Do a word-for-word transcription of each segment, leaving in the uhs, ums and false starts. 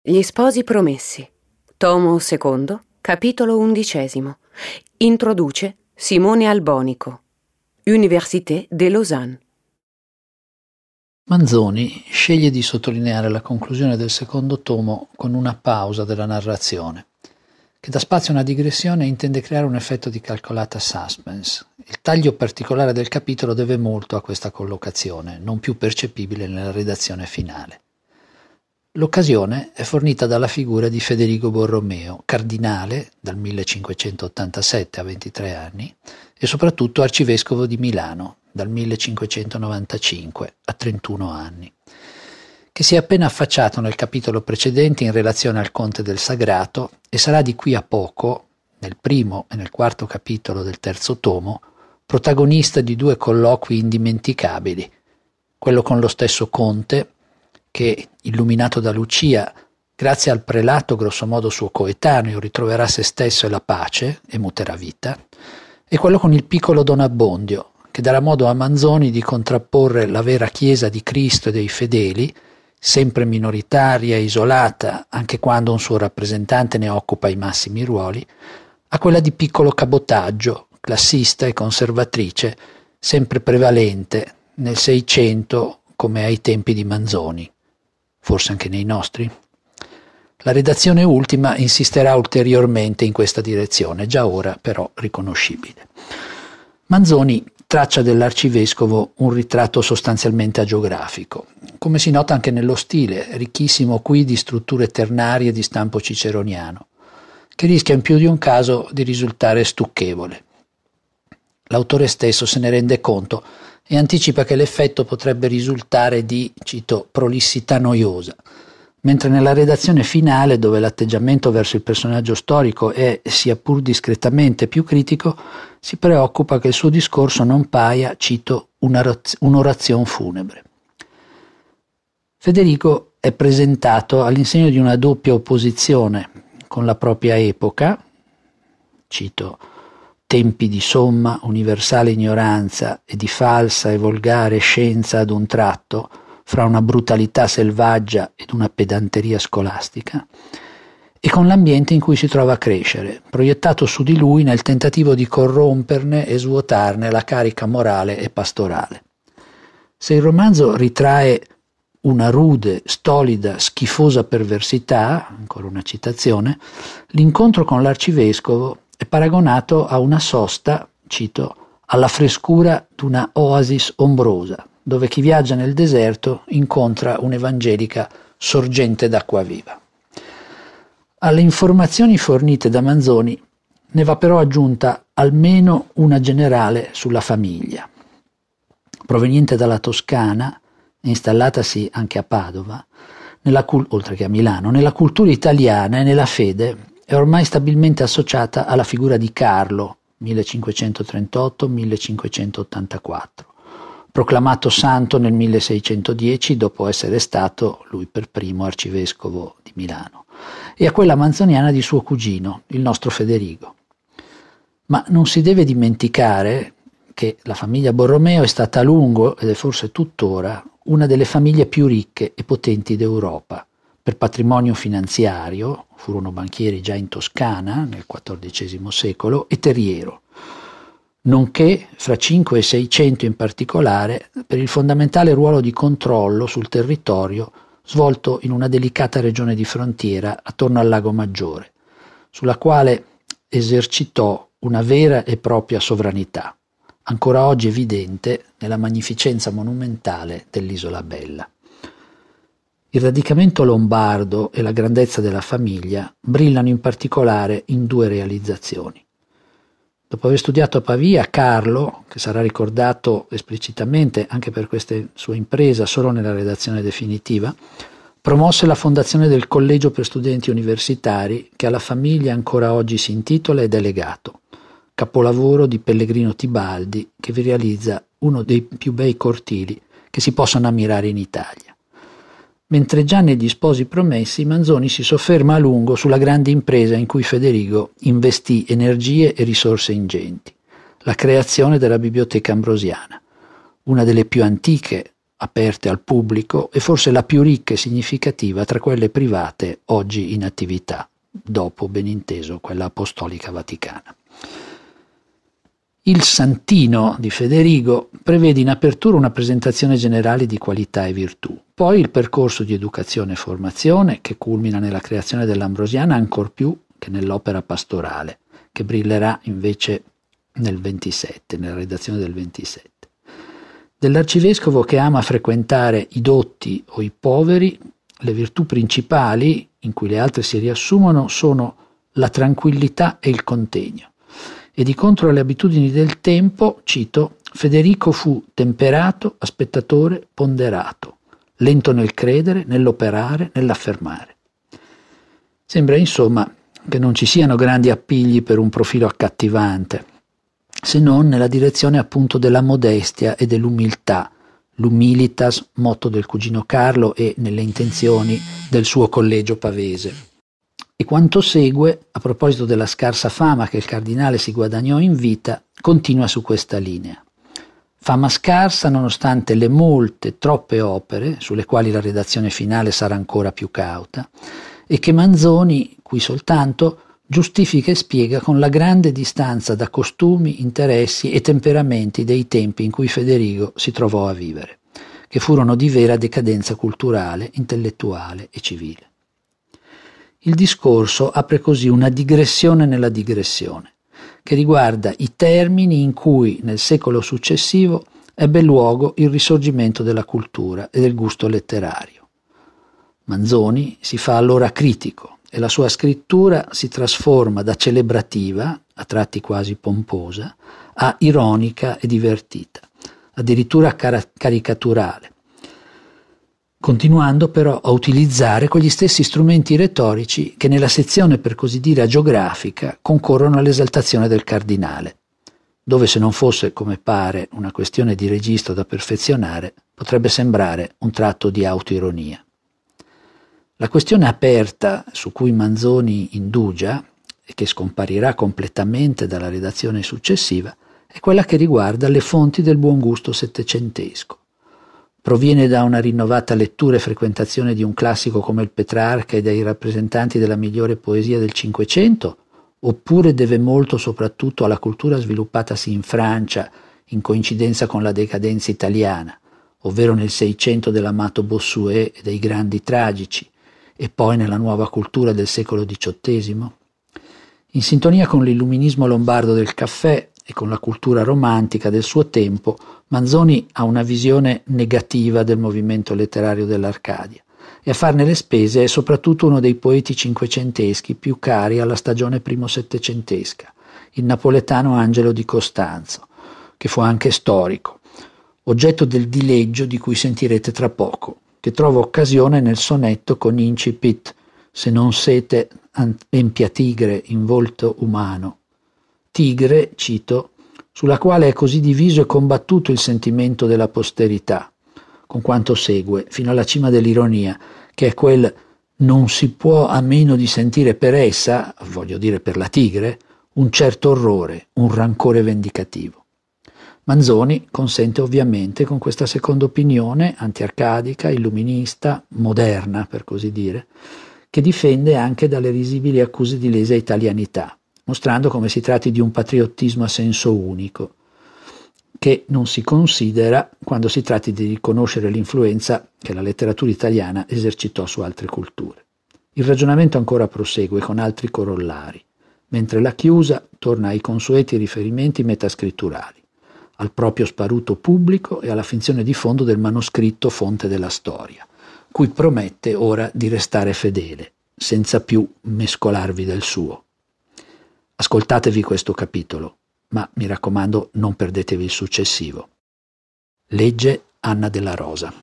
Gli sposi promessi. Tomo secondo, capitolo undicesimo. Introduce Simone Albonico. Université de Lausanne. Manzoni sceglie di sottolineare la conclusione del secondo tomo con una pausa della narrazione, che dà spazio a una digressione e intende creare un effetto di calcolata suspense. Il taglio particolare del capitolo deve molto a questa collocazione, non più percepibile nella redazione finale. L'occasione è fornita dalla figura di Federigo Borromeo, cardinale dal millecinquecentottantasette a ventitré anni e soprattutto arcivescovo di Milano dal millecinquecentonovantacinque a trentuno anni, che si è appena affacciato nel capitolo precedente in relazione al Conte del Sagrato e sarà di qui a poco, nel primo e nel quarto capitolo del terzo tomo, protagonista di due colloqui indimenticabili, quello con lo stesso Conte, che, illuminato da Lucia, grazie al prelato grossomodo suo coetaneo, ritroverà se stesso e la pace e muterà vita, e quello con il piccolo Don Abbondio, che darà modo a Manzoni di contrapporre la vera Chiesa di Cristo e dei fedeli, sempre minoritaria e isolata, anche quando un suo rappresentante ne occupa i massimi ruoli, a quella di piccolo cabotaggio, classista e conservatrice, sempre prevalente nel Seicento come ai tempi di Manzoni. Forse anche nei nostri? La redazione ultima insisterà ulteriormente in questa direzione, già ora però riconoscibile. Manzoni traccia dell'arcivescovo un ritratto sostanzialmente agiografico, come si nota anche nello stile, ricchissimo qui di strutture ternarie di stampo ciceroniano, che rischia in più di un caso di risultare stucchevole. L'autore stesso se ne rende conto e anticipa che l'effetto potrebbe risultare di, cito, prolissità noiosa, mentre nella redazione finale, dove l'atteggiamento verso il personaggio storico è, sia pur discretamente, più critico, si preoccupa che il suo discorso non paia, cito, un'orazione funebre. Federico è presentato all'insegno di una doppia opposizione con la propria epoca, cito, tempi di somma, universale ignoranza e di falsa e volgare scienza ad un tratto, fra una brutalità selvaggia ed una pedanteria scolastica, e con l'ambiente in cui si trova a crescere, proiettato su di lui nel tentativo di corromperne e svuotarne la carica morale e pastorale. Se il romanzo ritrae una rude, stolida, schifosa perversità, ancora una citazione, l'incontro con l'arcivescovo è paragonato a una sosta, cito, alla frescura d'una oasis ombrosa, dove chi viaggia nel deserto incontra un'evangelica sorgente d'acqua viva. Alle informazioni fornite da Manzoni ne va però aggiunta almeno una generale sulla famiglia. Proveniente dalla Toscana e installatasi anche a Padova, nella cul- oltre che a Milano, nella cultura italiana e nella fede è ormai stabilmente associata alla figura di Carlo, millecinquecentotrentotto millecinquecentottantaquattro, proclamato santo nel milleseicentodieci dopo essere stato, lui per primo, arcivescovo di Milano, e a quella manzoniana di suo cugino, il nostro Federigo. Ma non si deve dimenticare che la famiglia Borromeo è stata a lungo, ed è forse tuttora, una delle famiglie più ricche e potenti d'Europa. Per patrimonio finanziario, furono banchieri già in Toscana nel quattordicesimo secolo e terriero, nonché fra cinque e seicento in particolare per il fondamentale ruolo di controllo sul territorio svolto in una delicata regione di frontiera attorno al Lago Maggiore, sulla quale esercitò una vera e propria sovranità, ancora oggi evidente nella magnificenza monumentale dell'Isola Bella. Il radicamento lombardo e la grandezza della famiglia brillano in particolare in due realizzazioni. Dopo aver studiato a Pavia, Carlo, che sarà ricordato esplicitamente anche per questa sua impresa solo nella redazione definitiva, promosse la fondazione del Collegio per Studenti Universitari, che alla famiglia ancora oggi si intitola ed è legato, capolavoro di Pellegrino Tibaldi, che vi realizza uno dei più bei cortili che si possano ammirare in Italia. Mentre già negli Sposi Promessi Manzoni si sofferma a lungo sulla grande impresa in cui Federigo investì energie e risorse ingenti, la creazione della Biblioteca Ambrosiana, una delle più antiche, aperte al pubblico e forse la più ricca e significativa tra quelle private oggi in attività, dopo, ben inteso, quella apostolica vaticana. Il Santino di Federigo prevede in apertura una presentazione generale di qualità e virtù, poi il percorso di educazione e formazione che culmina nella creazione dell'Ambrosiana ancor più che nell'opera pastorale, che brillerà invece nel ventisette, nella redazione del ventisette. Dell'arcivescovo che ama frequentare i dotti o i poveri, le virtù principali, in cui le altre si riassumono, sono la tranquillità e il contegno. E di contro alle abitudini del tempo, cito, Federico fu temperato, aspettatore, ponderato, lento nel credere, nell'operare, nell'affermare. Sembra insomma che non ci siano grandi appigli per un profilo accattivante, se non nella direzione appunto della modestia e dell'umiltà, l'humilitas, motto del cugino Carlo e nelle intenzioni del suo collegio pavese. E quanto segue, a proposito della scarsa fama che il cardinale si guadagnò in vita, continua su questa linea. Fama scarsa nonostante le molte, troppe opere, sulle quali la redazione finale sarà ancora più cauta, e che Manzoni, qui soltanto, giustifica e spiega con la grande distanza da costumi, interessi e temperamenti dei tempi in cui Federigo si trovò a vivere, che furono di vera decadenza culturale, intellettuale e civile. Il discorso apre così una digressione nella digressione, che riguarda i termini in cui nel secolo successivo ebbe luogo il risorgimento della cultura e del gusto letterario. Manzoni si fa allora critico e la sua scrittura si trasforma da celebrativa, a tratti quasi pomposa, a ironica e divertita, addirittura car- caricaturale, continuando però a utilizzare quegli stessi strumenti retorici che nella sezione per così dire agiografica concorrono all'esaltazione del cardinale, dove se non fosse, come pare, una questione di registro da perfezionare, potrebbe sembrare un tratto di autoironia. La questione aperta su cui Manzoni indugia e che scomparirà completamente dalla redazione successiva è quella che riguarda le fonti del buon gusto settecentesco. Proviene da una rinnovata lettura e frequentazione di un classico come il Petrarca e dai rappresentanti della migliore poesia del Cinquecento, oppure deve molto soprattutto alla cultura sviluppatasi in Francia in coincidenza con la decadenza italiana, ovvero nel Seicento dell'amato Bossuet e dei grandi tragici, e poi nella nuova cultura del secolo diciottesimo? In sintonia con l'illuminismo lombardo del caffè e con la cultura romantica del suo tempo, Manzoni ha una visione negativa del movimento letterario dell'Arcadia e a farne le spese è soprattutto uno dei poeti cinquecenteschi più cari alla stagione primo settecentesca, il napoletano Angelo di Costanzo, che fu anche storico, oggetto del dileggio di cui sentirete tra poco, che trova occasione nel sonetto con incipit «Se non siete empia tigre in volto umano». Tigre, cito, sulla quale è così diviso e combattuto il sentimento della posterità, con quanto segue, fino alla cima dell'ironia, che è quel «non si può a meno di sentire per essa», voglio dire per la tigre, un certo orrore, un rancore vendicativo. Manzoni consente ovviamente con questa seconda opinione, antiarcadica, illuminista, moderna per così dire, che difende anche dalle risibili accuse di lesa italianità, mostrando come si tratti di un patriottismo a senso unico, che non si considera quando si tratti di riconoscere l'influenza che la letteratura italiana esercitò su altre culture. Il ragionamento ancora prosegue con altri corollari, mentre la chiusa torna ai consueti riferimenti metascritturali, al proprio sparuto pubblico e alla finzione di fondo del manoscritto fonte della storia, cui promette ora di restare fedele, senza più mescolarvi del suo. Ascoltatevi questo capitolo, ma mi raccomando non perdetevi il successivo. Legge Anna della Rosa.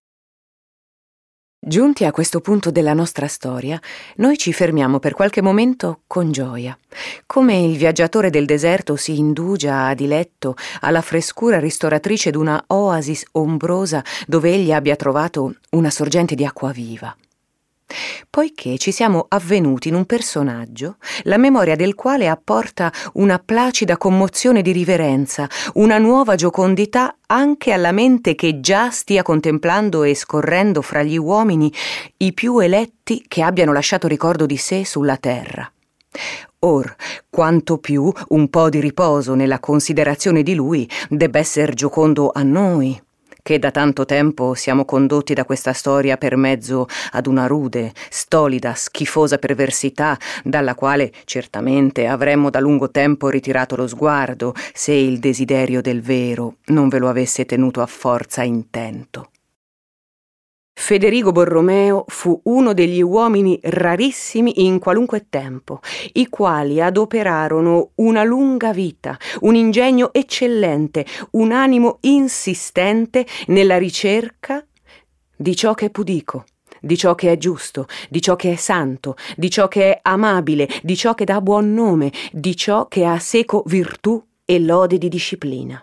Giunti a questo punto della nostra storia, noi ci fermiamo per qualche momento con gioia, come il viaggiatore del deserto si indugia a diletto alla frescura ristoratrice d'una oasi ombrosa dove egli abbia trovato una sorgente di acqua viva. Poiché ci siamo avvenuti in un personaggio, la memoria del quale apporta una placida commozione di riverenza, una nuova giocondità anche alla mente che già stia contemplando e scorrendo fra gli uomini i più eletti che abbiano lasciato ricordo di sé sulla terra. Or, quanto più un po' di riposo nella considerazione di lui debb'esser giocondo a noi, che da tanto tempo siamo condotti da questa storia per mezzo ad una rude, stolida, schifosa perversità, dalla quale certamente avremmo da lungo tempo ritirato lo sguardo, se il desiderio del vero non ve lo avesse tenuto a forza intento. Federigo Borromeo fu uno degli uomini rarissimi in qualunque tempo, i quali adoperarono una lunga vita, un ingegno eccellente, un animo insistente nella ricerca di ciò che è pudico, di ciò che è giusto, di ciò che è santo, di ciò che è amabile, di ciò che dà buon nome, di ciò che ha seco virtù e lode di disciplina.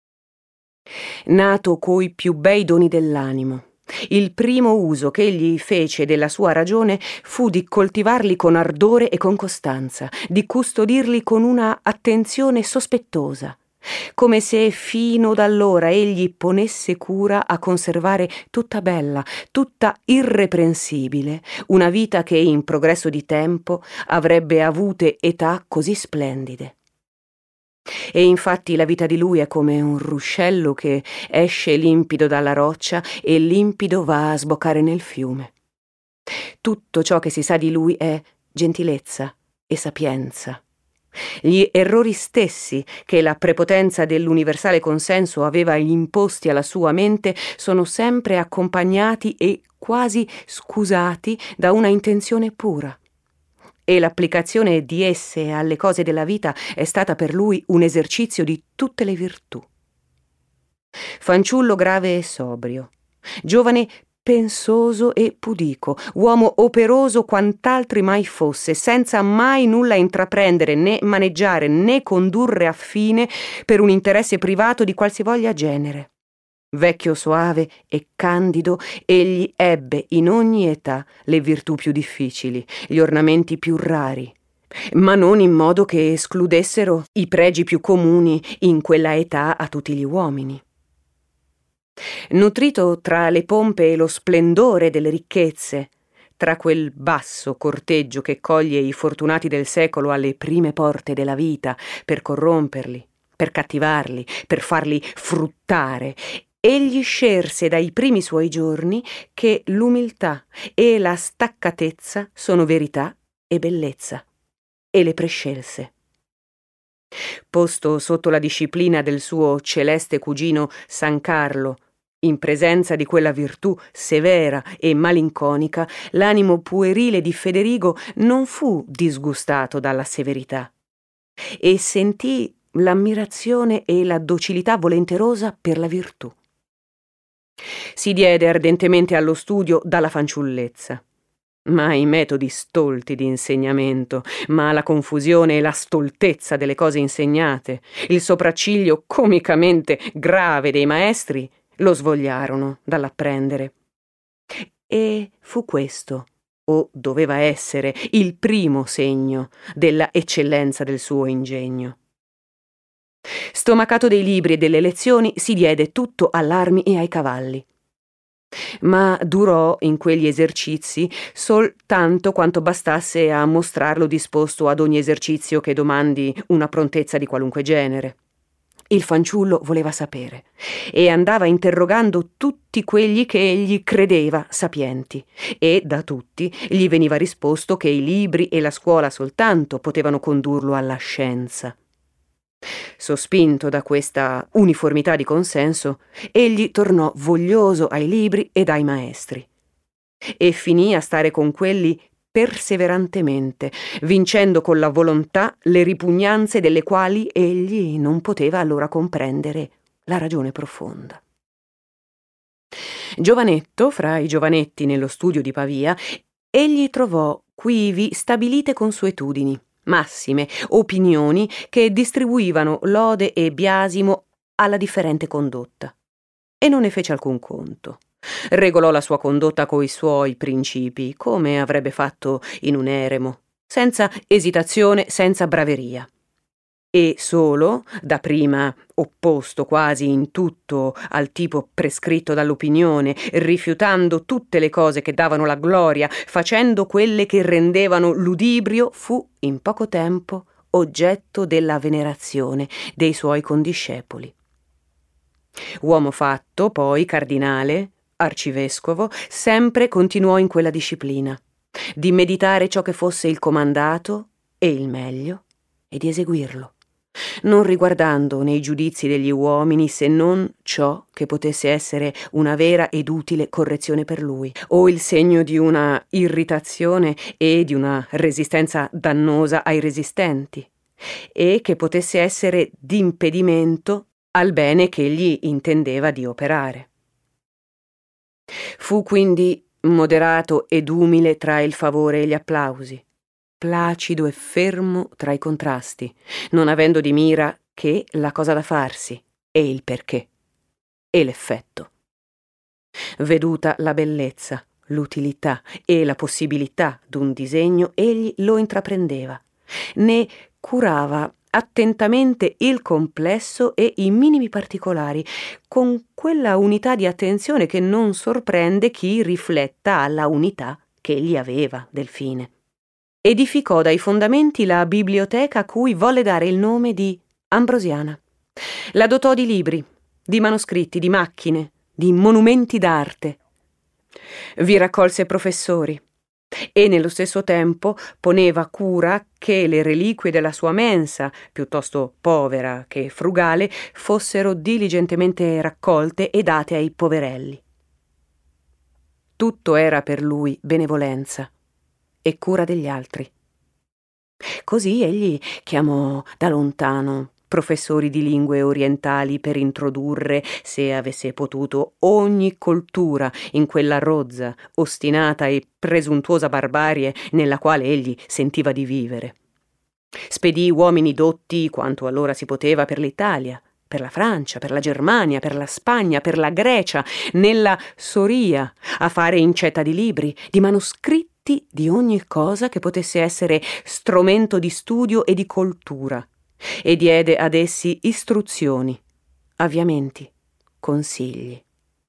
Nato coi più bei doni dell'animo, il primo uso che egli fece della sua ragione fu di coltivarli con ardore e con costanza, di custodirli con una attenzione sospettosa, come se fino d'allora egli ponesse cura a conservare tutta bella, tutta irreprensibile, una vita che in progresso di tempo avrebbe avute età così splendide. E infatti la vita di lui è come un ruscello che esce limpido dalla roccia e limpido va a sboccare nel fiume. Tutto ciò che si sa di lui è gentilezza e sapienza. Gli errori stessi che la prepotenza dell'universale consenso aveva imposti alla sua mente sono sempre accompagnati e quasi scusati da una intenzione pura. E l'applicazione di esse alle cose della vita è stata per lui un esercizio di tutte le virtù. Fanciullo grave e sobrio, giovane pensoso e pudico, uomo operoso quant'altri mai fosse, senza mai nulla intraprendere, né maneggiare, né condurre a fine per un interesse privato di qualsivoglia genere. Vecchio soave e candido, egli ebbe in ogni età le virtù più difficili, gli ornamenti più rari, ma non in modo che escludessero i pregi più comuni in quella età a tutti gli uomini. Nutrito tra le pompe e lo splendore delle ricchezze, tra quel basso corteggio che coglie i fortunati del secolo alle prime porte della vita per corromperli, per cattivarli, per farli fruttare, egli scerse dai primi suoi giorni che l'umiltà e la staccatezza sono verità e bellezza, e le prescelse. Posto sotto la disciplina del suo celeste cugino San Carlo, in presenza di quella virtù severa e malinconica, l'animo puerile di Federigo non fu disgustato dalla severità e sentì l'ammirazione e la docilità volenterosa per la virtù. Si diede ardentemente allo studio dalla fanciullezza, ma i metodi stolti di insegnamento, ma la confusione e la stoltezza delle cose insegnate, il sopracciglio comicamente grave dei maestri lo svogliarono dall'apprendere. E fu questo, o doveva essere, il primo segno della eccellenza del suo ingegno. Stomacato dei libri e delle lezioni, si diede tutto all'armi e ai cavalli. Ma durò in quegli esercizi soltanto quanto bastasse a mostrarlo disposto ad ogni esercizio che domandi una prontezza di qualunque genere. Il fanciullo voleva sapere e andava interrogando tutti quelli che egli credeva sapienti, e da tutti gli veniva risposto che i libri e la scuola soltanto potevano condurlo alla scienza. Sospinto da questa uniformità di consenso, egli tornò voglioso ai libri ed ai maestri e finì a stare con quelli perseverantemente, vincendo con la volontà le ripugnanze delle quali egli non poteva allora comprendere la ragione profonda. Giovanetto, fra i giovanetti nello studio di Pavia, egli trovò quivi stabilite consuetudini, massime, opinioni che distribuivano lode e biasimo alla differente condotta, e non ne fece alcun conto. regolò la sua condotta coi suoi principi, come avrebbe fatto in un eremo, senza esitazione, senza braveria. E solo, dapprima opposto quasi in tutto al tipo prescritto dall'opinione, rifiutando tutte le cose che davano la gloria, facendo quelle che rendevano ludibrio, fu in poco tempo oggetto della venerazione dei suoi condiscepoli. Uomo fatto, poi cardinale, arcivescovo, sempre continuò in quella disciplina, di meditare ciò che fosse il comandato e il meglio, e di eseguirlo, non riguardando nei giudizi degli uomini se non ciò che potesse essere una vera ed utile correzione per lui, o il segno di una irritazione e di una resistenza dannosa ai resistenti, e che potesse essere d'impedimento al bene che egli intendeva di operare. Fu quindi moderato ed umile tra il favore e gli applausi, placido e fermo tra i contrasti, non avendo di mira che la cosa da farsi e il perché e l'effetto. Veduta la bellezza, l'utilità e la possibilità d'un disegno, egli lo intraprendeva, ne curava attentamente il complesso e i minimi particolari, con quella unità di attenzione che non sorprende chi rifletta alla unità che egli aveva del fine. Edificò dai fondamenti la biblioteca a cui volle dare il nome di Ambrosiana. La dotò di libri, di manoscritti, di macchine, di monumenti d'arte. Vi raccolse professori e nello stesso tempo poneva cura che le reliquie della sua mensa, piuttosto povera che frugale, fossero diligentemente raccolte e date ai poverelli. Tutto era per lui benevolenza e cura degli altri. Così egli chiamò da lontano professori di lingue orientali per introdurre, se avesse potuto, ogni coltura in quella rozza, ostinata e presuntuosa barbarie nella quale egli sentiva di vivere. Spedì uomini dotti quanto allora si poteva per l'Italia, per la Francia, per la Germania, per la Spagna, per la Grecia, nella Soria, a fare incetta di libri, di manoscritti, di ogni cosa che potesse essere strumento di studio e di coltura, e diede ad essi istruzioni, avviamenti, consigli.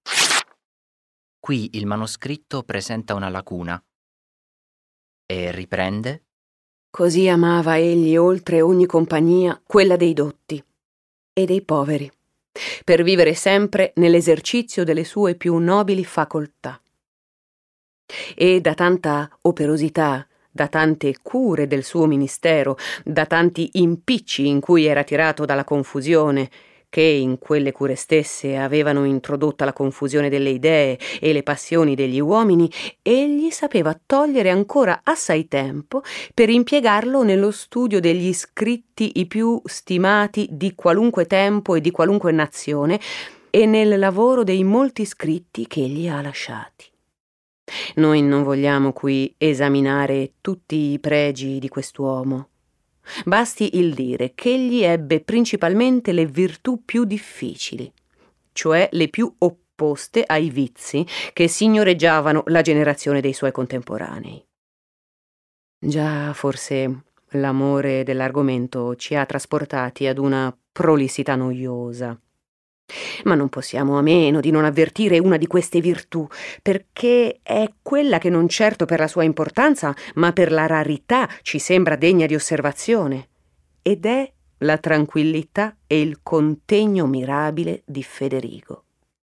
Qui il manoscritto presenta una lacuna e riprende: Così amava egli oltre ogni compagnia quella dei dotti e dei poveri, per vivere sempre nell'esercizio delle sue più nobili facoltà. E da tanta operosità, da tante cure del suo ministero, da tanti impicci in cui era tirato dalla confusione, che in quelle cure stesse avevano introdotta la confusione delle idee e le passioni degli uomini, egli sapeva togliere ancora assai tempo per impiegarlo nello studio degli scritti i più stimati di qualunque tempo e di qualunque nazione, e nel lavoro dei molti scritti che egli ha lasciati. Noi non vogliamo qui esaminare tutti i pregi di quest'uomo. Basti il dire che egli ebbe principalmente le virtù più difficili, cioè le più opposte ai vizi che signoreggiavano la generazione dei suoi contemporanei. Già forse l'amore dell'argomento ci ha trasportati ad una prolissità noiosa. Ma non possiamo a meno di non avvertire una di queste virtù, perché è quella che non certo per la sua importanza, ma per la rarità ci sembra degna di osservazione, ed è la tranquillità e il contegno mirabile di Federigo.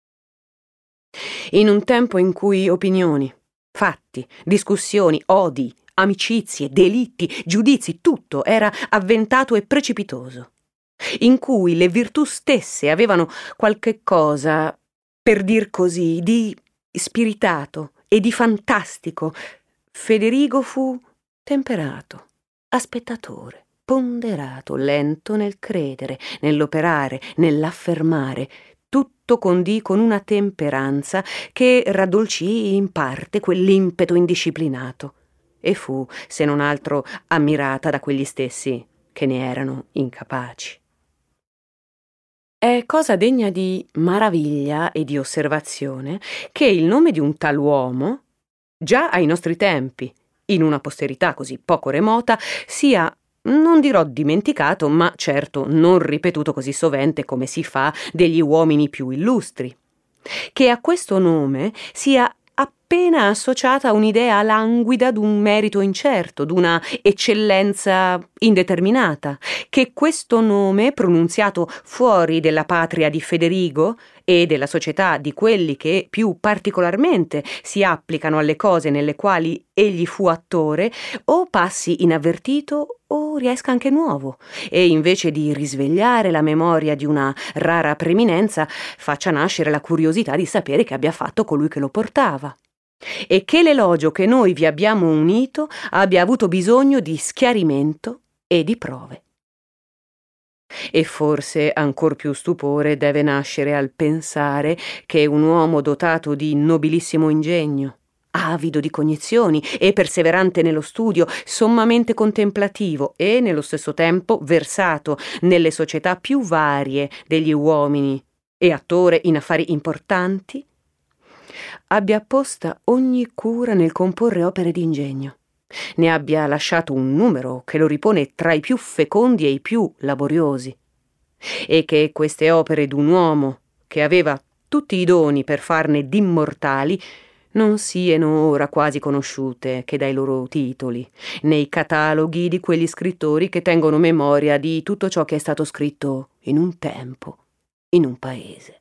In un tempo in cui opinioni, fatti, discussioni, odi, amicizie, delitti, giudizi, tutto era avventato e precipitoso, in cui le virtù stesse avevano qualche cosa, per dir così, di spiritato e di fantastico, Federigo fu temperato, aspettatore, ponderato, lento nel credere, nell'operare, nell'affermare, tutto condì con una temperanza che raddolcì in parte quell'impeto indisciplinato, e fu, se non altro, ammirata da quegli stessi che ne erano incapaci. È cosa degna di maraviglia e di osservazione che il nome di un tal uomo, già ai nostri tempi, in una posterità così poco remota, sia, non dirò dimenticato, ma certo non ripetuto così sovente come si fa degli uomini più illustri. Che a questo nome sia appena associata un'idea languida d'un merito incerto, d'una eccellenza indeterminata, che questo nome, pronunziato fuori della patria di Federigo e della società di quelli che più particolarmente si applicano alle cose nelle quali egli fu attore, o passi inavvertito o riesca anche nuovo, e invece di risvegliare la memoria di una rara preminenza, faccia nascere la curiosità di sapere che abbia fatto colui che lo portava, e che l'elogio che noi vi abbiamo unito abbia avuto bisogno di schiarimento e di prove. E forse ancor più stupore deve nascere al pensare che un uomo dotato di nobilissimo ingegno, avido di cognizioni e perseverante nello studio, sommamente contemplativo e nello stesso tempo versato nelle società più varie degli uomini e attore in affari importanti, abbia posta ogni cura nel comporre opere di ingegno, ne abbia lasciato un numero che lo ripone tra i più fecondi e i più laboriosi, e che queste opere d'un uomo che aveva tutti i doni per farne d'immortali non siano ora quasi conosciute che dai loro titoli, nei cataloghi di quegli scrittori che tengono memoria di tutto ciò che è stato scritto in un tempo, in un paese.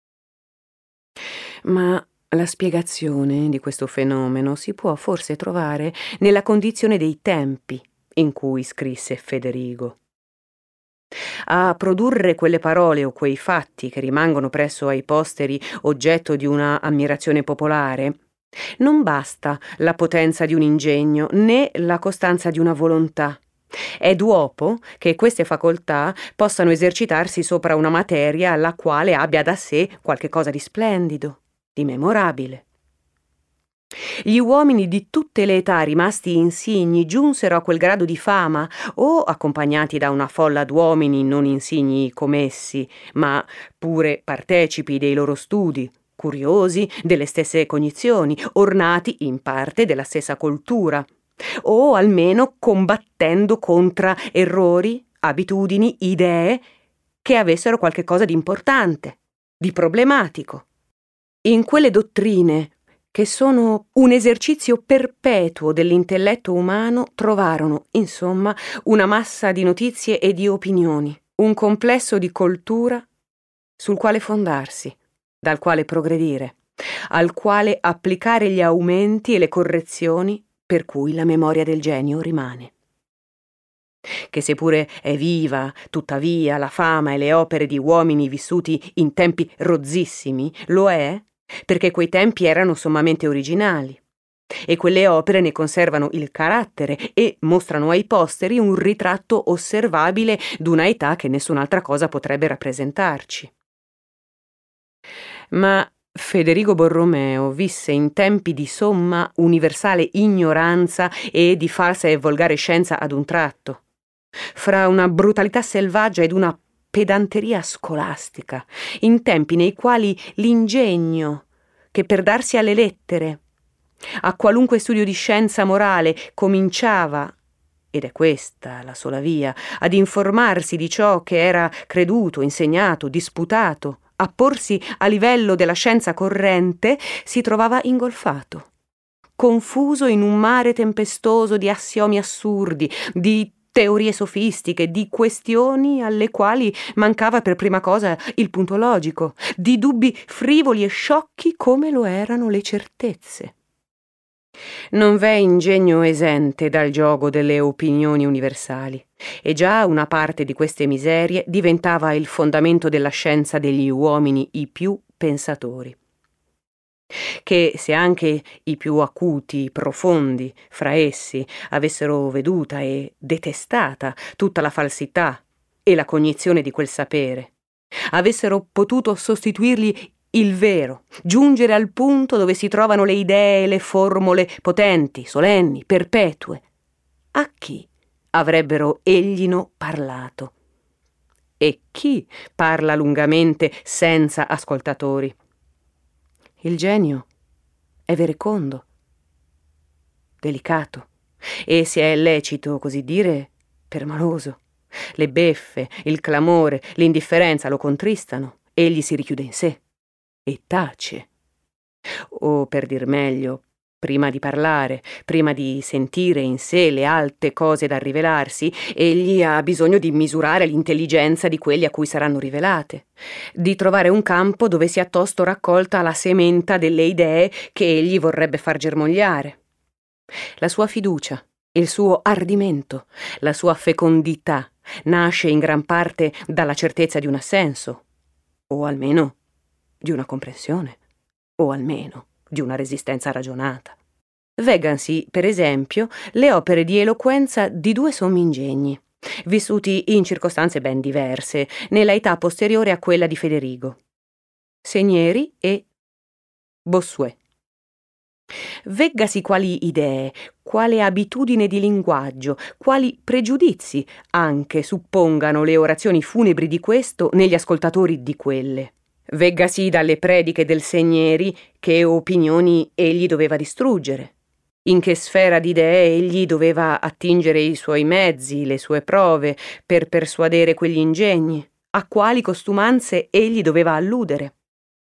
Ma la spiegazione di questo fenomeno si può forse trovare nella condizione dei tempi in cui scrisse Federigo. A produrre quelle parole o quei fatti che rimangono presso ai posteri oggetto di una ammirazione popolare, non basta la potenza di un ingegno né la costanza di una volontà. È d'uopo che queste facoltà possano esercitarsi sopra una materia alla quale abbia da sé qualche cosa di splendido, di memorabile. Gli uomini di tutte le età rimasti insigni giunsero a quel grado di fama o accompagnati da una folla d'uomini non insigni come essi, ma pure partecipi dei loro studi, curiosi delle stesse cognizioni, ornati in parte della stessa cultura, o almeno combattendo contra errori, abitudini, idee che avessero qualche cosa di importante, di problematico. In quelle dottrine che sono un esercizio perpetuo dell'intelletto umano, trovarono, insomma, una massa di notizie e di opinioni, un complesso di coltura sul quale fondarsi, dal quale progredire, al quale applicare gli aumenti e le correzioni per cui la memoria del genio rimane. Che seppure è viva, tuttavia la fama e le opere di uomini vissuti in tempi rozzissimi, lo è perché quei tempi erano sommamente originali, e quelle opere ne conservano il carattere e mostrano ai posteri un ritratto osservabile d'una età che nessun'altra cosa potrebbe rappresentarci. Ma Federigo Borromeo visse in tempi di somma universale ignoranza e di falsa e volgare scienza ad un tratto, fra una brutalità selvaggia ed una pedanteria scolastica, in tempi nei quali l'ingegno, che per darsi alle lettere, a qualunque studio di scienza morale, cominciava, ed è questa la sola via, ad informarsi di ciò che era creduto, insegnato, disputato, a porsi a livello della scienza corrente, si trovava ingolfato, confuso in un mare tempestoso di assiomi assurdi, di teorie sofistiche, di questioni alle quali mancava per prima cosa il punto logico, di dubbi frivoli e sciocchi come lo erano le certezze. Non v'è ingegno esente dal giogo delle opinioni universali, e già una parte di queste miserie diventava il fondamento della scienza degli uomini i più pensatori. Che se anche i più acuti, profondi fra essi avessero veduta e detestata tutta la falsità e la cognizione di quel sapere, avessero potuto sostituirgli il vero, giungere al punto dove si trovano le idee e le formule potenti, solenni, perpetue, a chi avrebbero eglino parlato? E chi parla lungamente senza ascoltatori? Il genio è verecondo, delicato e, se è lecito così dire, permaloso. Le beffe, il clamore, l'indifferenza lo contristano. Egli si richiude in sé e tace. O, per dir meglio, prima di parlare, prima di sentire in sé le alte cose da rivelarsi, egli ha bisogno di misurare l'intelligenza di quelli a cui saranno rivelate, di trovare un campo dove sia tosto raccolta la sementa delle idee che egli vorrebbe far germogliare. La sua fiducia, il suo ardimento, la sua fecondità nasce in gran parte dalla certezza di un assenso, o almeno di una comprensione, o almeno di una resistenza ragionata. Veggansi, per esempio, le opere di eloquenza di due sommi ingegni, vissuti in circostanze ben diverse, nella età posteriore a quella di Federigo, Segneri e Bossuet. Veggasi quali idee, quale abitudine di linguaggio, quali pregiudizi anche suppongano le orazioni funebri di questo negli ascoltatori di quelle. Veggasi dalle prediche del Segneri che opinioni egli doveva distruggere, in che sfera di idee egli doveva attingere i suoi mezzi, le sue prove, per persuadere quegli ingegni, a quali costumanze egli doveva alludere.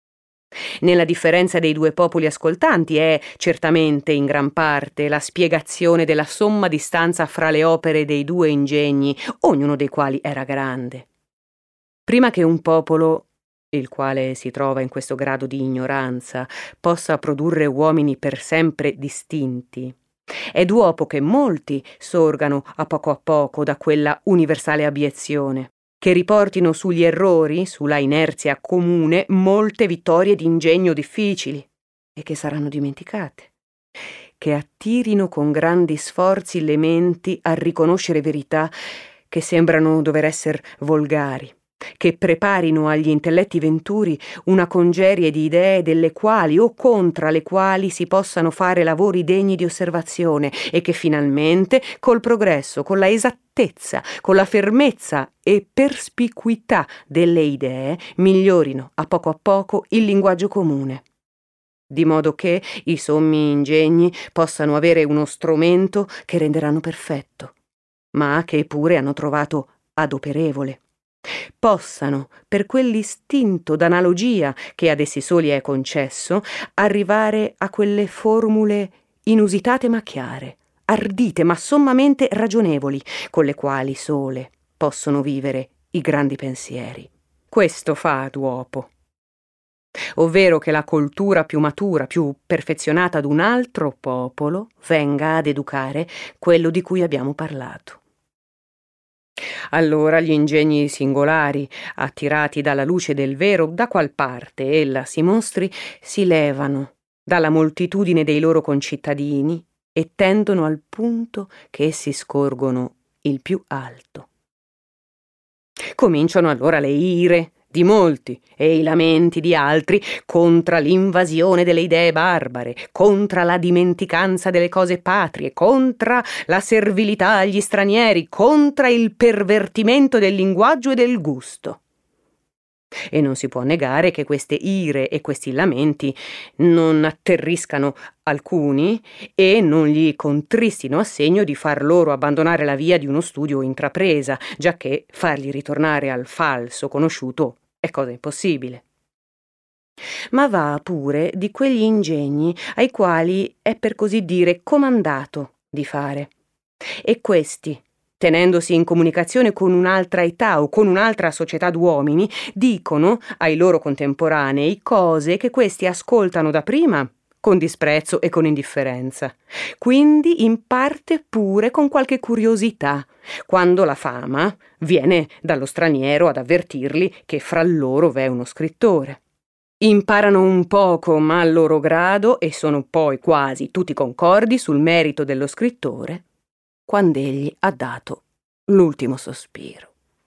Nella differenza dei due popoli ascoltanti è certamente in gran parte la spiegazione della somma distanza fra le opere dei due ingegni, ognuno dei quali era grande. Prima che un popolo, il quale si trova in questo grado di ignoranza, possa produrre uomini per sempre distinti, è d'uopo che molti sorgano a poco a poco da quella universale abiezione, che riportino sugli errori, sulla inerzia comune, molte vittorie d'ingegno difficili e che saranno dimenticate, che attirino con grandi sforzi le menti a riconoscere verità che sembrano dover esser volgari, che preparino agli intelletti venturi una congerie di idee delle quali o contra le quali si possano fare lavori degni di osservazione e che finalmente col progresso, con la esattezza, con la fermezza e perspicuità delle idee migliorino a poco a poco il linguaggio comune, di modo che i sommi ingegni possano avere uno strumento che renderanno perfetto, ma che pure hanno trovato adoperevole. Possano, per quell'istinto d'analogia che ad essi soli è concesso, arrivare a quelle formule inusitate ma chiare, ardite ma sommamente ragionevoli, con le quali sole possono vivere i grandi pensieri. Questo fa d'uopo, ovvero che la coltura più matura, più perfezionata d'un altro popolo venga ad educare quello di cui abbiamo parlato. Allora gli ingegni singolari, attirati dalla luce del vero, da qual parte ella si mostri, si levano dalla moltitudine dei loro concittadini e tendono al punto che essi scorgono il più alto. Cominciano allora le ire di molti e i lamenti di altri contra l'invasione delle idee barbare, contra la dimenticanza delle cose patrie, contra la servilità agli stranieri, contra il pervertimento del linguaggio e del gusto. E non si può negare che queste ire e questi lamenti non atterriscano alcuni e non gli contristino a segno di far loro abbandonare la via di uno studio intrapresa, giacché fargli ritornare al falso conosciuto è cosa impossibile. Ma va pure di quegli ingegni ai quali è per così dire comandato di fare. E questi, tenendosi in comunicazione con un'altra età o con un'altra società d'uomini, dicono ai loro contemporanei cose che questi ascoltano da prima con disprezzo e con indifferenza, quindi in parte pure con qualche curiosità, quando la fama viene dallo straniero ad avvertirli che fra loro v'è uno scrittore. Imparano un poco, ma al loro grado, e sono poi quasi tutti concordi sul merito dello scrittore, quand'egli ha dato l'ultimo sospiro.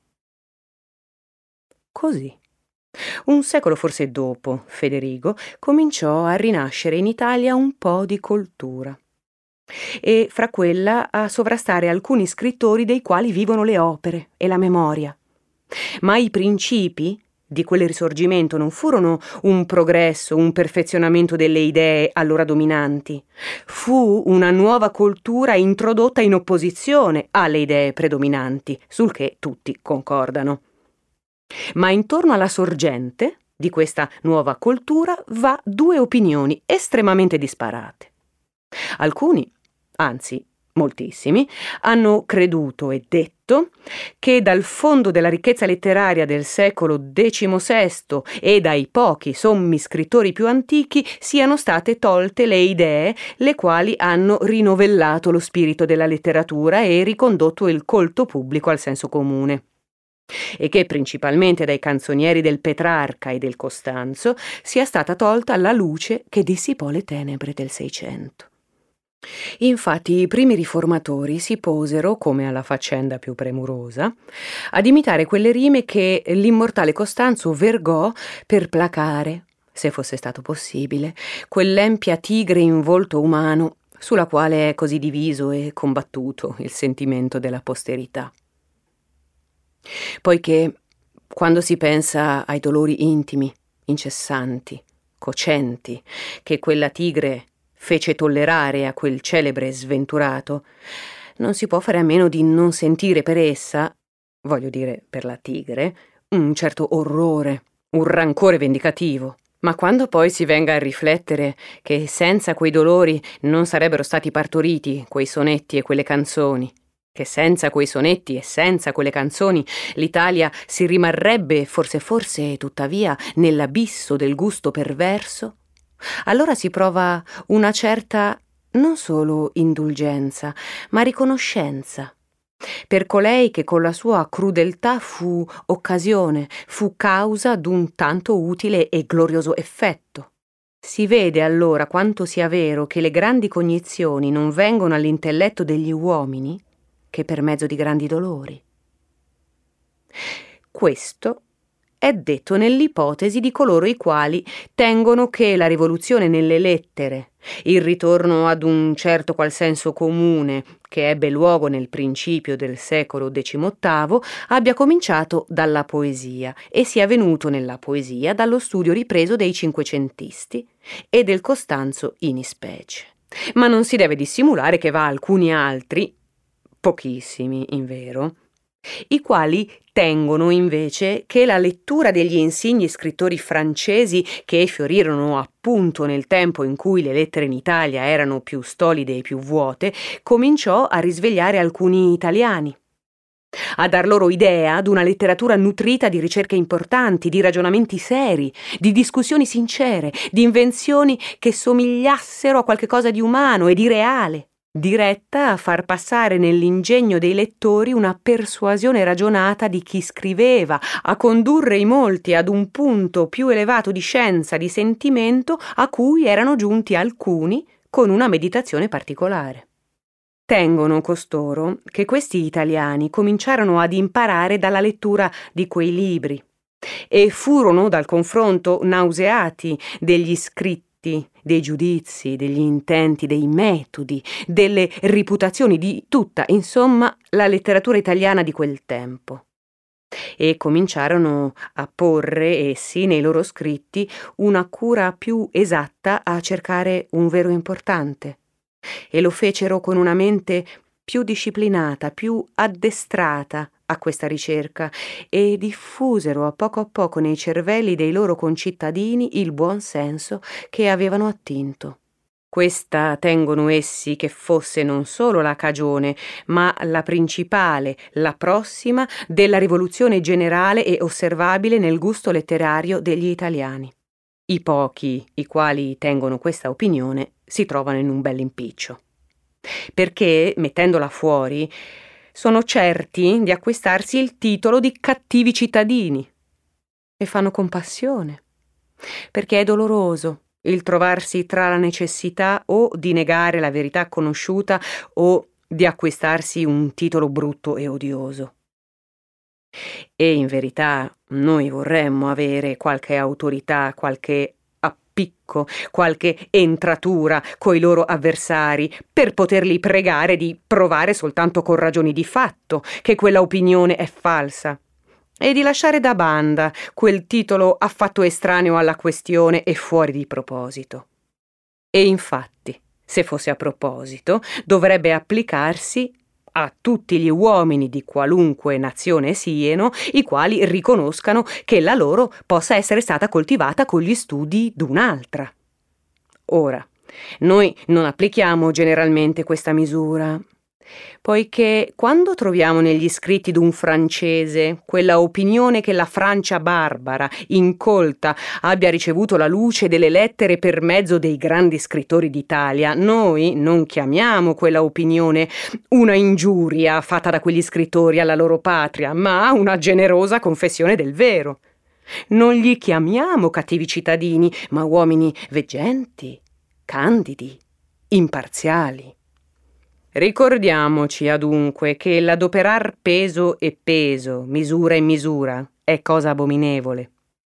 Così, un secolo forse dopo, Federigo cominciò a rinascere in Italia un po' di coltura e fra quella a sovrastare alcuni scrittori dei quali vivono le opere e la memoria, Ma i principi di quel risorgimento non furono un progresso, un perfezionamento delle idee allora dominanti. Fu una nuova cultura introdotta in opposizione alle idee predominanti, sul che tutti concordano. Ma intorno alla sorgente di questa nuova cultura va due opinioni estremamente disparate. Alcuni, anzi moltissimi, hanno creduto e detto che dal fondo della ricchezza letteraria del secolo diciannovesimo e dai pochi sommi scrittori più antichi siano state tolte le idee le quali hanno rinovellato lo spirito della letteratura e ricondotto il colto pubblico al senso comune, e che principalmente dai canzonieri del Petrarca e del Costanzo sia stata tolta la luce che dissipò le tenebre del Seicento. Infatti i primi riformatori si posero, come alla faccenda più premurosa, ad imitare quelle rime che l'immortale Costanzo vergò per placare, se fosse stato possibile, quell'empia tigre in volto umano sulla quale è così diviso e combattuto il sentimento della posterità. Poiché quando si pensa ai dolori intimi, incessanti, cocenti, che quella tigre fece tollerare a quel celebre sventurato, non si può fare a meno di non sentire per essa, voglio dire per la tigre, un certo orrore, un rancore vendicativo. Ma quando poi si venga a riflettere che senza quei dolori non sarebbero stati partoriti quei sonetti e quelle canzoni, che senza quei sonetti e senza quelle canzoni l'Italia si rimarrebbe forse forse tuttavia nell'abisso del gusto perverso, allora si prova una certa non solo indulgenza, ma riconoscenza per colei che con la sua crudeltà fu occasione, fu causa d'un tanto utile e glorioso effetto. Si vede allora quanto sia vero che le grandi cognizioni non vengono all'intelletto degli uomini che per mezzo di grandi dolori. Questo è detto nell'ipotesi di coloro i quali tengono che la rivoluzione nelle lettere, il ritorno ad un certo qual senso comune che ebbe luogo nel principio del secolo diciottavo, abbia cominciato dalla poesia e sia venuto nella poesia dallo studio ripreso dei cinquecentisti e del Costanzo in ispecie. Ma non si deve dissimulare che va alcuni altri, pochissimi invero, i quali tengono invece che la lettura degli insigni scrittori francesi che fiorirono appunto nel tempo in cui le lettere in Italia erano più stolide e più vuote, cominciò a risvegliare alcuni italiani, a dar loro idea d'una letteratura nutrita di ricerche importanti, di ragionamenti seri, di discussioni sincere, di invenzioni che somigliassero a qualche cosa di umano e di reale, diretta a far passare nell'ingegno dei lettori una persuasione ragionata di chi scriveva, a condurre i molti ad un punto più elevato di scienza, di sentimento, a cui erano giunti alcuni con una meditazione particolare. Tengono costoro che questi italiani cominciarono ad imparare dalla lettura di quei libri e furono dal confronto nauseati degli scritti, dei giudizi, degli intenti, dei metodi, delle riputazioni, di tutta, insomma, la letteratura italiana di quel tempo. E cominciarono a porre essi nei loro scritti una cura più esatta a cercare un vero importante, e lo fecero con una mente più disciplinata, più addestrata a questa ricerca, e diffusero a poco a poco nei cervelli dei loro concittadini il buon senso che avevano attinto. Questa tengono essi che fosse non solo la cagione, ma la principale, la prossima, della rivoluzione generale e osservabile nel gusto letterario degli italiani. I pochi, i quali tengono questa opinione, si trovano in un bell'impiccio, perché, mettendola fuori, sono certi di acquistarsi il titolo di cattivi cittadini e fanno compassione, perché è doloroso il trovarsi tra la necessità o di negare la verità conosciuta o di acquistarsi un titolo brutto e odioso. E in verità noi vorremmo avere qualche autorità, qualche appicco, qualche entratura coi loro avversari per poterli pregare di provare soltanto con ragioni di fatto che quella opinione è falsa, e di lasciare da banda quel titolo affatto estraneo alla questione e fuori di proposito. E infatti, se fosse a proposito, dovrebbe applicarsi a tutti gli uomini di qualunque nazione siano, i quali riconoscano che la loro possa essere stata coltivata con gli studi d'un'altra. Ora, noi non applichiamo generalmente questa misura, poiché quando troviamo negli scritti d'un francese quella opinione che la Francia barbara, incolta, abbia ricevuto la luce delle lettere per mezzo dei grandi scrittori d'Italia, noi non chiamiamo quella opinione una ingiuria fatta da quegli scrittori alla loro patria, ma una generosa confessione del vero. Non li chiamiamo cattivi cittadini, ma uomini veggenti, candidi, imparziali. Ricordiamoci adunque che l'adoperar peso e peso, misura e misura, è cosa abominevole.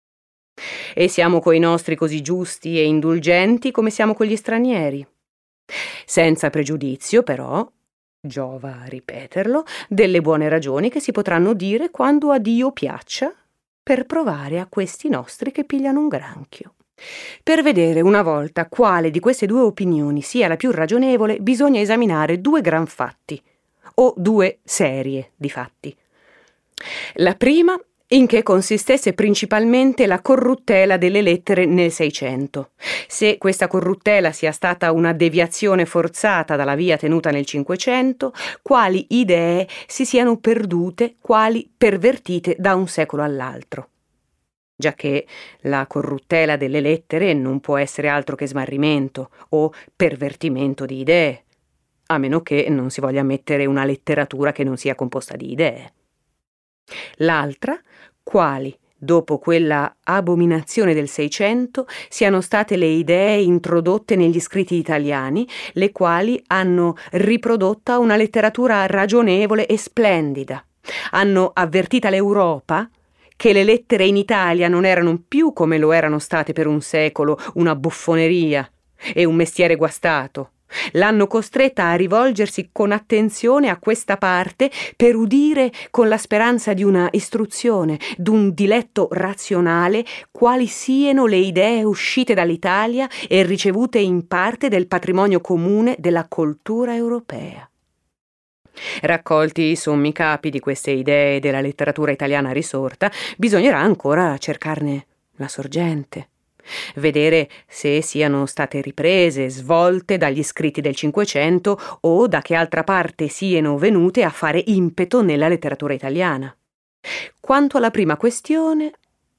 E siamo coi nostri così giusti e indulgenti come siamo con gli stranieri. Senza pregiudizio, però, giova a ripeterlo, delle buone ragioni che si potranno dire quando a Dio piaccia, per provare a questi nostri che pigliano un granchio. Per vedere una volta quale di queste due opinioni sia la più ragionevole, bisogna esaminare due gran fatti, o due serie di fatti. La prima, in che consistesse principalmente la corruttela delle lettere nel Seicento. Se questa corruttela sia stata una deviazione forzata dalla via tenuta nel Cinquecento, quali idee si siano perdute, quali pervertite da un secolo all'altro. Giacché la corruttela delle lettere non può essere altro che smarrimento o pervertimento di idee, a meno che non si voglia mettere una letteratura che non sia composta di idee. L'altra, quali, dopo quella abominazione del Seicento, siano state le idee introdotte negli scritti italiani, le quali hanno riprodotta una letteratura ragionevole e splendida, hanno avvertita l'Europa che le lettere in Italia non erano più come lo erano state per un secolo, una buffoneria e un mestiere guastato. L'hanno costretta a rivolgersi con attenzione a questa parte per udire con la speranza di una istruzione, d'un diletto razionale, quali siano le idee uscite dall'Italia e ricevute in parte del patrimonio comune della cultura europea. Raccolti i sommi capi di queste idee della letteratura italiana risorta, bisognerà ancora cercarne la sorgente, vedere se siano state riprese, svolte dagli scritti del Cinquecento o da che altra parte siano venute a fare impeto nella letteratura italiana. Quanto alla prima questione,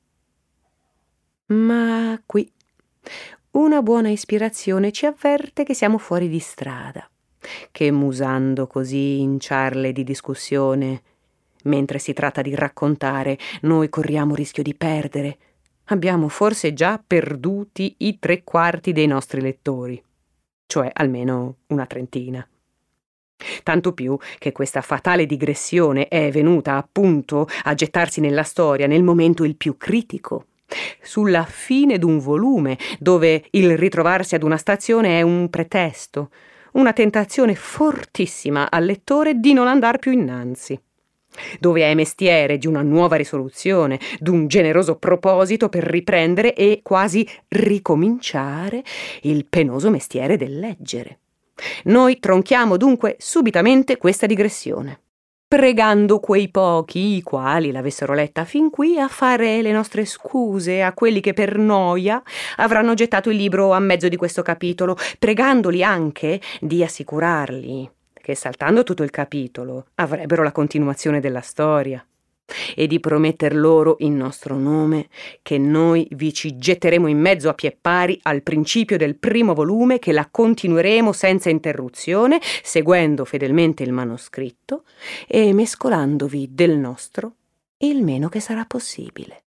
ma qui una buona ispirazione ci avverte che siamo fuori di strada, che musando così in ciarle di discussione, mentre si tratta di raccontare, noi corriamo rischio di perdere. Abbiamo forse già perduti i tre quarti dei nostri lettori, cioè almeno una trentina. Tanto più che questa fatale digressione è venuta appunto a gettarsi nella storia nel momento il più critico, sulla fine d'un volume, dove il ritrovarsi ad una stazione è un pretesto, una tentazione fortissima al lettore di non andar più innanzi, dove è mestiere di una nuova risoluzione, d'un generoso proposito per riprendere e quasi ricominciare il penoso mestiere del leggere. Noi tronchiamo dunque subitamente questa digressione, pregando quei pochi i quali l'avessero letta fin qui a fare le nostre scuse a quelli che per noia avranno gettato il libro a mezzo di questo capitolo, pregandoli anche di assicurarli che saltando tutto il capitolo avrebbero la continuazione della storia e di prometter loro in nostro nome che noi vi ci getteremo in mezzo a pie pari al principio del primo volume, che la continueremo senza interruzione, seguendo fedelmente il manoscritto e mescolandovi del nostro il meno che sarà possibile.